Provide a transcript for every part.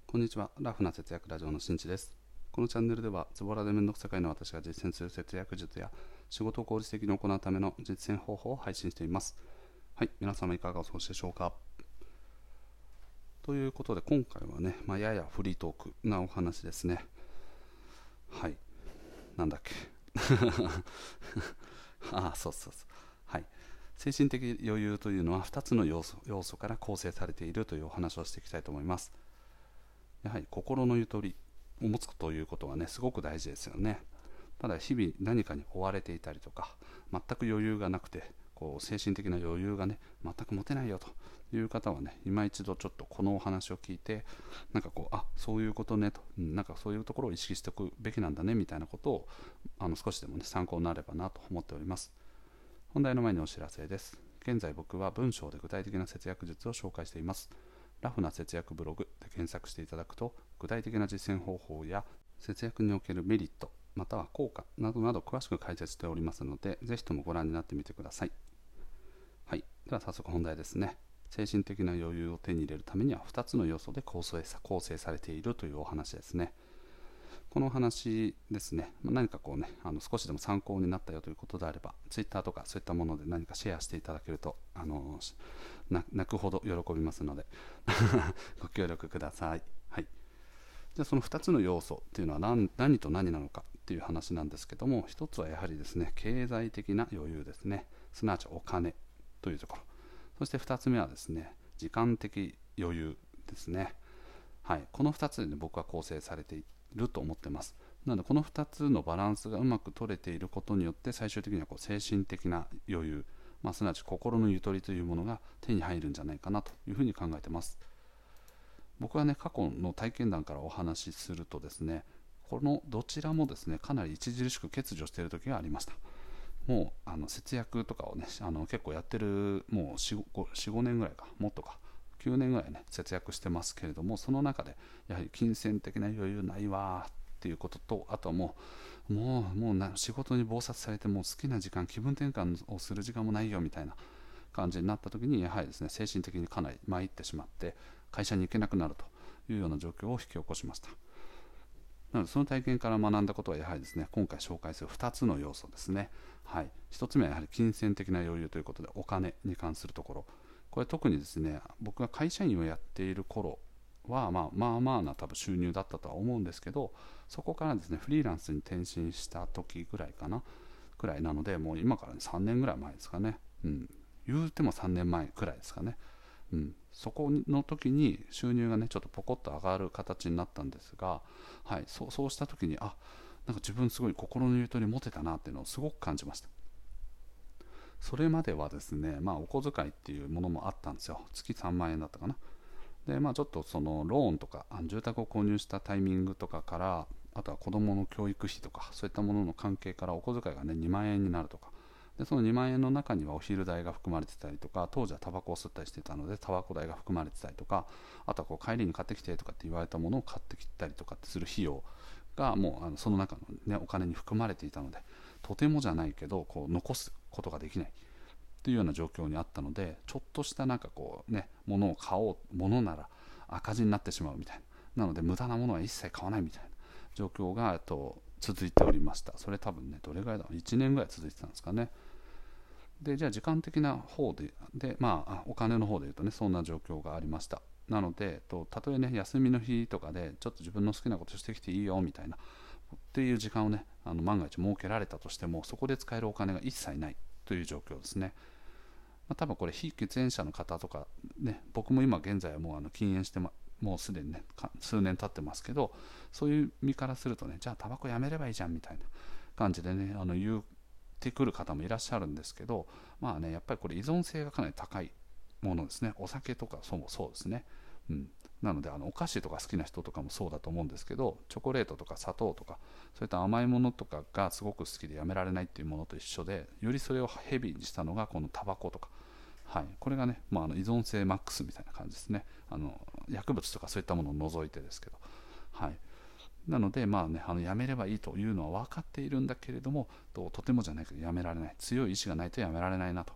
こんにちは。ラフな節約ラジオのしんちです。このチャンネルではズボラでめんどくさがいの私が実践する節約術や仕事を効率的に行うための実践方法を配信しています。はい、皆様いかがお過ごしでしょうか。ということで今回はね、ややフリートークなお話ですね。はい、なんだっけそうそうそう。はい。精神的余裕というのは2つの要素から構成されているというお話をしていきたいと思います。やはり心のゆとりを持つということはね、すごく大事ですよね。ただ日々何かに追われていたりとか、全く余裕がなくて、精神的な余裕がね、全く持てないよという方はね、今一度ちょっとこのお話を聞いて、そういうことねと、そういうところを意識しておくべきなんだねみたいなことを少しでもね、参考になればなと思っております。本題の前にお知らせです。現在僕は文章で具体的な節約術を紹介しています。ラフな節約ブログで検索していただくと、具体的な実践方法や節約におけるメリット、または効果などなど詳しく解説しておりますので、ぜひともご覧になってみてください。はい、では早速本題ですね。精神的な余裕を手に入れるためには2つの要素で構成されているというお話ですね。このお話ですね、何か少しでも参考になったよということであれば、Twitter とかそういったもので何かシェアしていただけると、泣くほど喜びますのでご協力ください。はい。じゃあその2つの要素っていうのは何と何なのかっていう話なんですけども、1つはやはりですね、経済的な余裕ですね。すなわちお金というところ。そして2つ目はですね、時間的余裕ですね。はい。この2つで、ね、僕は構成されていると思ってます。なのでこの2つのバランスがうまく取れていることによって、最終的には精神的な余裕、すなわち心のゆとりというものが手に入るんじゃないかなというふうに考えています。僕はね、過去の体験談からお話しするとですね、このどちらもですね、かなり著しく欠如している時がありました。もう節約とかをね、結構やってる、もう45年ぐらいか、もっとか9年ぐらいね、節約してますけれども、その中でやはり金銭的な余裕ないわっていうことと、あとはもう仕事に忙殺されて、もう好きな時間、気分転換をする時間もないよみたいな感じになった時に、やはりですね、精神的にかなり参ってしまって、会社に行けなくなるというような状況を引き起こしました。なのでその体験から学んだことは、やはりですね、今回紹介する2つの要素ですね。はい、1つ目はやはり金銭的な余裕ということで、お金に関するところ。これ特にですね、僕が会社員をやっている頃は、な多分収入だったとは思うんですけど、そこからですね、フリーランスに転身した時ぐらいかな、くらいなので、もう今から、ね、3年ぐらい前ですかね。言うても3年前くらいですかね。そこの時に収入がね、ちょっとポコッと上がる形になったんですが、はい、そうした時に、なんか自分すごい心のゆとり持てたなっていうのをすごく感じました。それまではですね、お小遣いっていうものもあったんですよ。月3万円だったかな。で、ちょっとそのローンとか住宅を購入したタイミングとかから、あとは子どもの教育費とかそういったものの関係から、お小遣いがね2万円になるとかで、その2万円の中にはお昼代が含まれてたりとか、当時はタバコを吸ったりしてたのでタバコ代が含まれてたりとか、あとは帰りに買ってきてとかって言われたものを買ってきたりとかってする費用が、もうその中の、ね、お金に含まれていたので、とてもじゃないけど残すことができないというような状況にあったので、ちょっとした物を買おうものなら赤字になってしまうみたいな、なので無駄なものは一切買わないみたいな状況が続いておりました。それ多分ね、どれぐらいだろう、1年ぐらい続いてたんですかね。で、じゃあ時間的な方でお金の方でいうとね、そんな状況がありました。なのでたとえね、休みの日とかでちょっと自分の好きなことしてきていいよみたいなっていう時間をね、万が一設けられたとしても、そこで使えるお金が一切ないという状況ですね。多分これ非喫煙者の方とかね、僕も今現在はもう禁煙して、もうすでにね数年経ってますけど、そういう身からするとね、じゃあタバコやめればいいじゃんみたいな感じでね、言ってくる方もいらっしゃるんですけど、やっぱりこれ依存性がかなり高いものですね。お酒とかそうですね。なのでお菓子とか好きな人とかもそうだと思うんですけど、チョコレートとか砂糖とかそういった甘いものとかがすごく好きでやめられないっていうものと一緒で、よりそれをヘビーにしたのがこのタバコとか、はい、これがね、依存性マックスみたいな感じですね。薬物とかそういったものを除いてですけど、はい、なのでやめればいいというのは分かっているんだけれども、とてもじゃないけどやめられない、強い意志がないとやめられないなと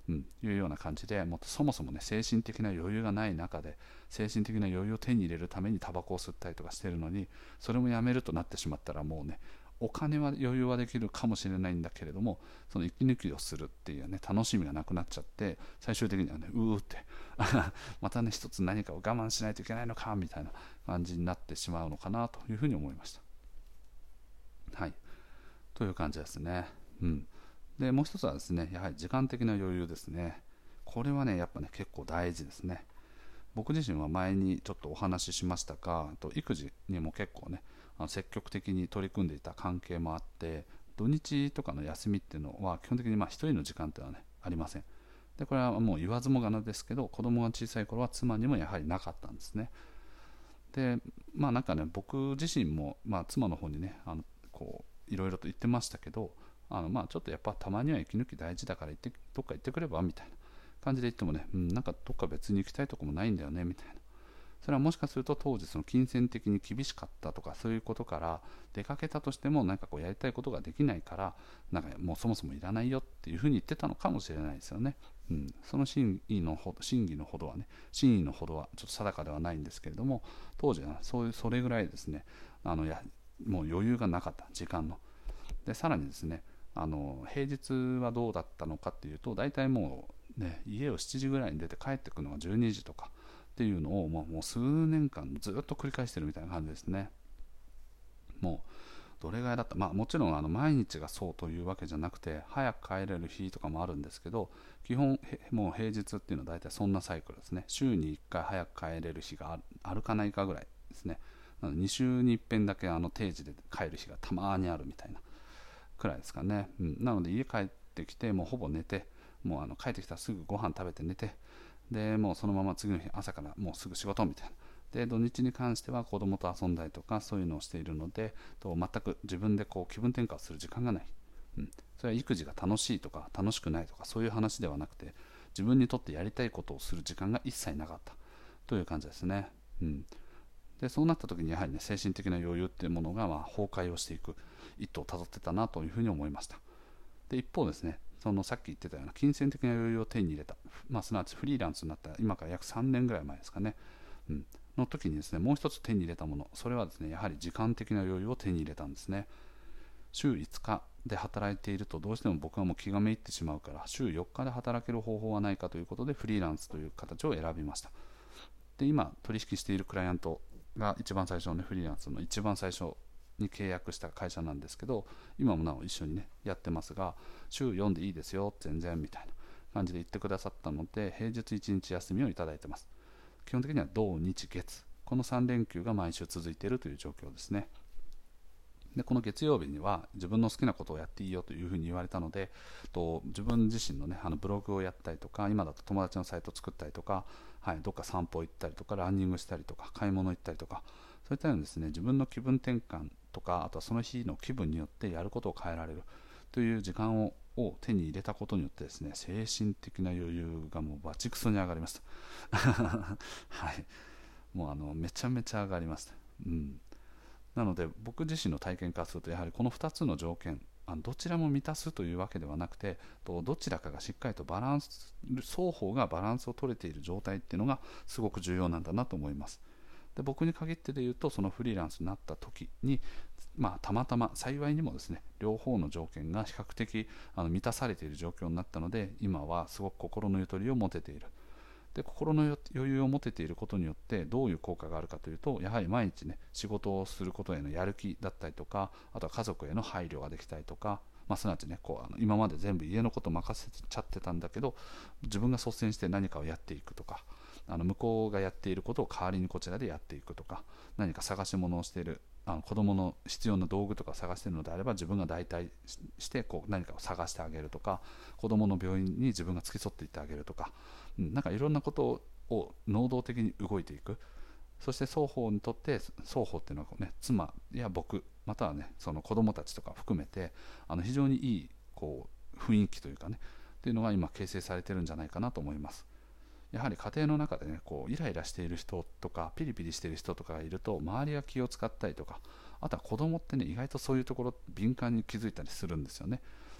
いうような感じで、もっとそもそもね精神的な余裕がない中で精神的な余裕を手に入れるためにタバコを吸ったりとかしてるのに、それもやめるとなってしまったら、もうねお金は余裕はできるかもしれないんだけれども、その息抜きをするっていうね楽しみがなくなっちゃって、最終的にはねってまたね一つ何かを我慢しないといけないのかみたいな感じになってしまうのかなというふうに思いました。はい、という感じですね。でもう一つはですね、やはり時間的な余裕ですね。これはねやっぱね結構大事ですね。僕自身は前にちょっとお話ししましたが、育児にも結構ね積極的に取り組んでいた関係もあって、土日とかの休みっていうのは基本的に一人の時間っていうのはねありません。でこれはもう言わずもがなですけど、子供が小さい頃は妻にもやはりなかったんですね。でなんかね僕自身も、妻の方にねこういろいろと言ってましたけど、ちょっとやっぱたまには息抜き大事だからどっか行ってくればみたいな感じで言ってもね、なんかどっか別に行きたいとこもないんだよねみたいな。それはもしかすると当時その金銭的に厳しかったとかそういうことから、出かけたとしてもなんかこうやりたいことができないから、なんかもうそもそもいらないよっていうふうに言ってたのかもしれないですよね。その真意のほどはね、真意のほどはちょっと定かではないんですけれども、当時はそれぐらいですね、もう余裕がなかった時間の。でさらにですね、平日はどうだったのかっていうと、大体もうね家を7時ぐらいに出て帰ってくるのが12時とかっていうのをもう数年間ずっと繰り返してるみたいな感じですね。もうどれぐらいだった、もちろん毎日がそうというわけじゃなくて、早く帰れる日とかもあるんですけど、基本もう平日っていうのは大体そんなサイクルですね。週に1回早く帰れる日があるかないかぐらいですね。なので2週に1遍だけ定時で帰る日がたまにあるみたいなくらいですかね。なので家帰ってきてもうほぼ寝て、もう帰ってきたらすぐご飯食べて寝て、でもうそのまま次の日朝からもうすぐ仕事みたいな。で土日に関しては子供と遊んだりとかそういうのをしているので、全く自分でこう気分転換をする時間がない。それは育児が楽しいとか楽しくないとかそういう話ではなくて、自分にとってやりたいことをする時間が一切なかったという感じですね。でそうなった時にやはりね精神的な余裕っていうものが崩壊をしていく一途をたどってたなというふうに思いました。で一方ですね、そのさっき言ってたような金銭的な余裕を手に入れた、すなわちフリーランスになった今から約3年ぐらい前ですかね、の時にですね、もう一つ手に入れたもの、それはですねやはり時間的な余裕を手に入れたんですね。週5日で働いているとどうしても僕はもう気がめいってしまうから、週4日で働ける方法はないかということでフリーランスという形を選びました。で今取引しているクライアントが一番最初の、フリーランスの一番最初に契約した会社なんですけど、今もなお一緒にねやってますが、週4でいいですよ全然みたいな感じで言ってくださったので、平日1日休みをいただいてます。基本的には土日月、この3連休が毎週続いているという状況ですね。でこの月曜日には自分の好きなことをやっていいよというふうに言われたので、自分自身のねブログをやったりとか、今だと友達のサイトを作ったりとか、どっか散歩行ったりとかランニングしたりとか買い物行ったりとか、そういったようにですね自分の気分転換とか、あとはその日の気分によってやることを変えられるという時間を手に入れたことによってですね、精神的な余裕がもうバチクソに上がりましたはい、もうめちゃめちゃ上がりました。なので僕自身の体験からすると、やはりこの2つの条件、どちらも満たすというわけではなくて、どちらかがしっかりと双方がバランスを取れている状態っていうのがすごく重要なんだなと思います。で僕に限ってで言うと、そのフリーランスになった時に、たまたま幸いにもですね両方の条件が比較的満たされている状況になったので、今はすごく心のゆとりを持てている。で心の余裕を持てていることによってどういう効果があるかというと、やはり毎日ね仕事をすることへのやる気だったりとか、あとは家族への配慮ができたりとか、すなわちね今まで全部家のこと任せちゃってたんだけど、自分が率先して何かをやっていくとか、向こうがやっていることを代わりにこちらでやっていくとか、何か探し物をしている子供の必要な道具とか探しているのであれば、自分が代替して何かを探してあげるとか、子供の病院に自分が付き添っていってあげるとか、なんかいろんなことを能動的に動いていく。そして双方にとって、双方っていうのはね、妻や僕またはねその子供たちとか含めて非常にいい雰囲気というかねっていうのが今形成されてるんじゃないかなと思います。やはり家庭の中でねイライラしている人とかピリピリしている人とかがいると、周りが気を使ったりとか、あとは子供ってね意外とそういうところ敏感に気づいたりするんですよね。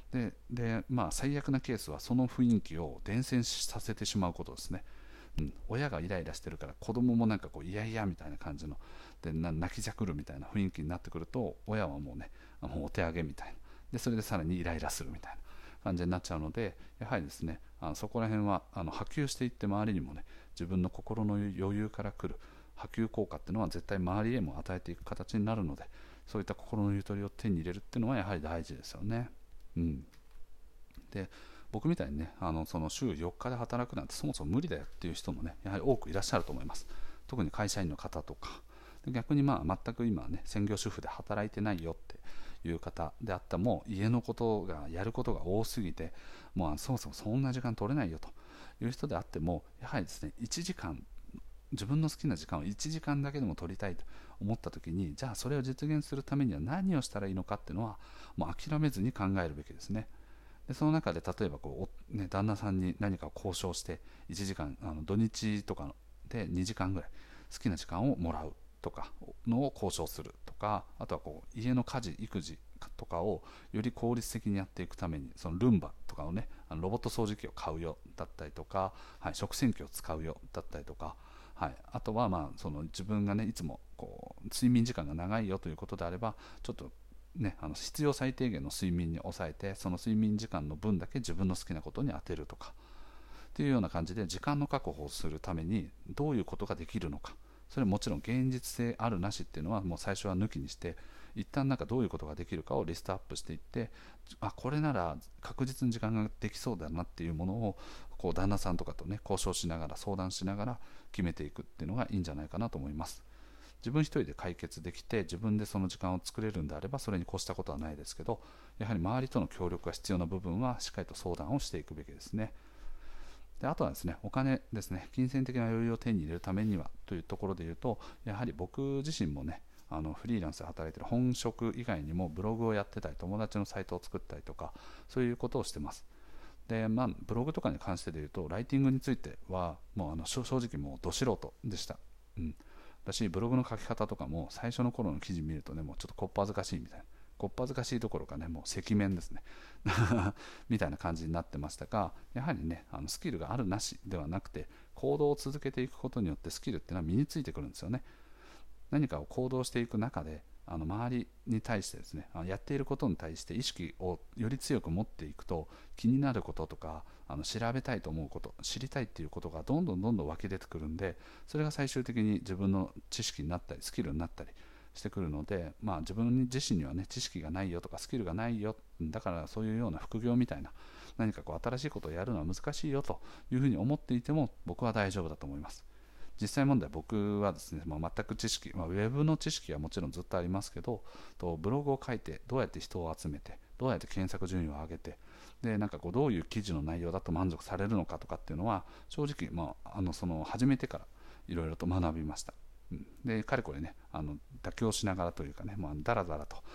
まあ、最悪なケースはその雰囲気を伝染させてしまうことですね。親がイライラしてるから子供もなんかこういやいやみたいな感じので泣きじゃくるみたいな雰囲気になってくると、親はもうねもうお手上げみたいなで、それでさらにイライラするみたいな感じになっちゃうので、やはりですねそこら辺は波及していって、周りにもね自分の心の余裕から来る波及効果っていうのは絶対周りへも与えていく形になるので、そういった心のゆとりを手に入れるっていうのはやはり大事ですよね。で僕みたいにねその週4日で働くなんてそもそも無理だよっていう人もねやはり多くいらっしゃると思います。特に会社員の方とかで、逆に全く今はね専業主婦で働いてないよっていう方であったも家のことがやることが多すぎてもうそもそもそんな時間取れないよという人であっても、やはりですね1時間自分の好きな時間を1時間だけでも取りたいと思った時に、じゃあそれを実現するためには何をしたらいいのかっていうのはもう諦めずに考えるべきですね。でその中で例えば旦那さんに何かを交渉して1時間土日とかで2時間ぐらい好きな時間をもらうとかのを交渉するとか、あとは家の家事育児とかをより効率的にやっていくために、そのルンバとかをねロボット掃除機を買うよだったりとか、食洗機を使うよだったりとか、あとはその自分がねいつも睡眠時間が長いよということであれば、ちょっとね、必要最低限の睡眠に抑えて、その睡眠時間の分だけ自分の好きなことに当てるとかっていうような感じで、時間の確保をするためにどういうことができるのか、それはもちろん現実性あるなしっていうのはもう最初は抜きにして、一旦なんかどういうことができるかをリストアップしていって、これなら確実に時間ができそうだなっていうものを旦那さんとかとね交渉しながら相談しながら決めていくっていうのがいいんじゃないかなと思います。自分一人で解決できて自分でその時間を作れるんであればそれに越したことはないですけど、やはり周りとの協力が必要な部分はしっかりと相談をしていくべきですね。であとはですね、お金ですね、金銭的な余裕を手に入れるためにはというところで言うと、やはり僕自身もねフリーランスで働いている本職以外にもブログをやってたり友達のサイトを作ったりとか、そういうことをしてます。でブログとかに関してで言うとライティングについてはもう正直もうど素人でした。だしブログの書き方とかも最初の頃の記事見るとねもうちょっとこっぱずかしいみたいな、こっぱずかしいどころかねもう赤面ですねみたいな感じになってましたが、やはりねスキルがあるなしではなくて行動を続けていくことによってスキルっていうのは身についてくるんですよね。何かを行動していく中で周りに対してですねやっていることに対して意識をより強く持っていくと、気になることとか調べたいと思うこと、知りたいっていうことがどんどん湧き出てくるんで、それが最終的に自分の知識になったりスキルになったりしてくるので、自分自身にはね知識がないよとかスキルがないよ、だからそういうような副業みたいな何か新しいことをやるのは難しいよというふうに思っていても僕は大丈夫だと思います。実際問題僕はですね、全く知識、ウェブの知識はもちろんずっとありますけど、ブログを書いてどうやって人を集めてどうやって検索順位を上げて、でどういう記事の内容だと満足されるのかとかっていうのは正直、その始めてからいろいろと学びました。でかれこれね妥協しながらというかね、だらだらと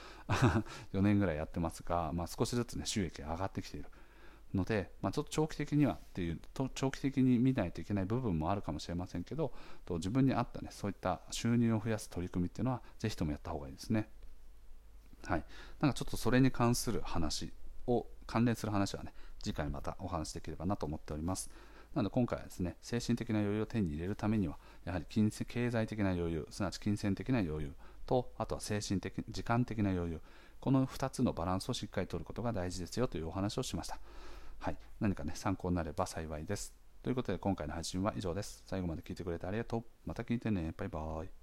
4年ぐらいやってますが、少しずつね収益が上がってきているので、ちょっと長期的にはっていうと長期的に見ないといけない部分もあるかもしれませんけど、自分に合ったねそういった収入を増やす取り組みっていうのはぜひともやった方がいいですね。なんかちょっとそれに関する話を関連する話はね次回またお話しできればなと思っております。なので今回はですね、精神的な余裕を手に入れるためにはやはり経済的な余裕、すなわち金銭的な余裕と、あとは精神的時間的な余裕、この2つのバランスをしっかり取ることが大事ですよというお話をしました。何かね参考になれば幸いです。ということで今回の配信は以上です。最後まで聞いてくれてありがとう。また聞いてね。バイバイ。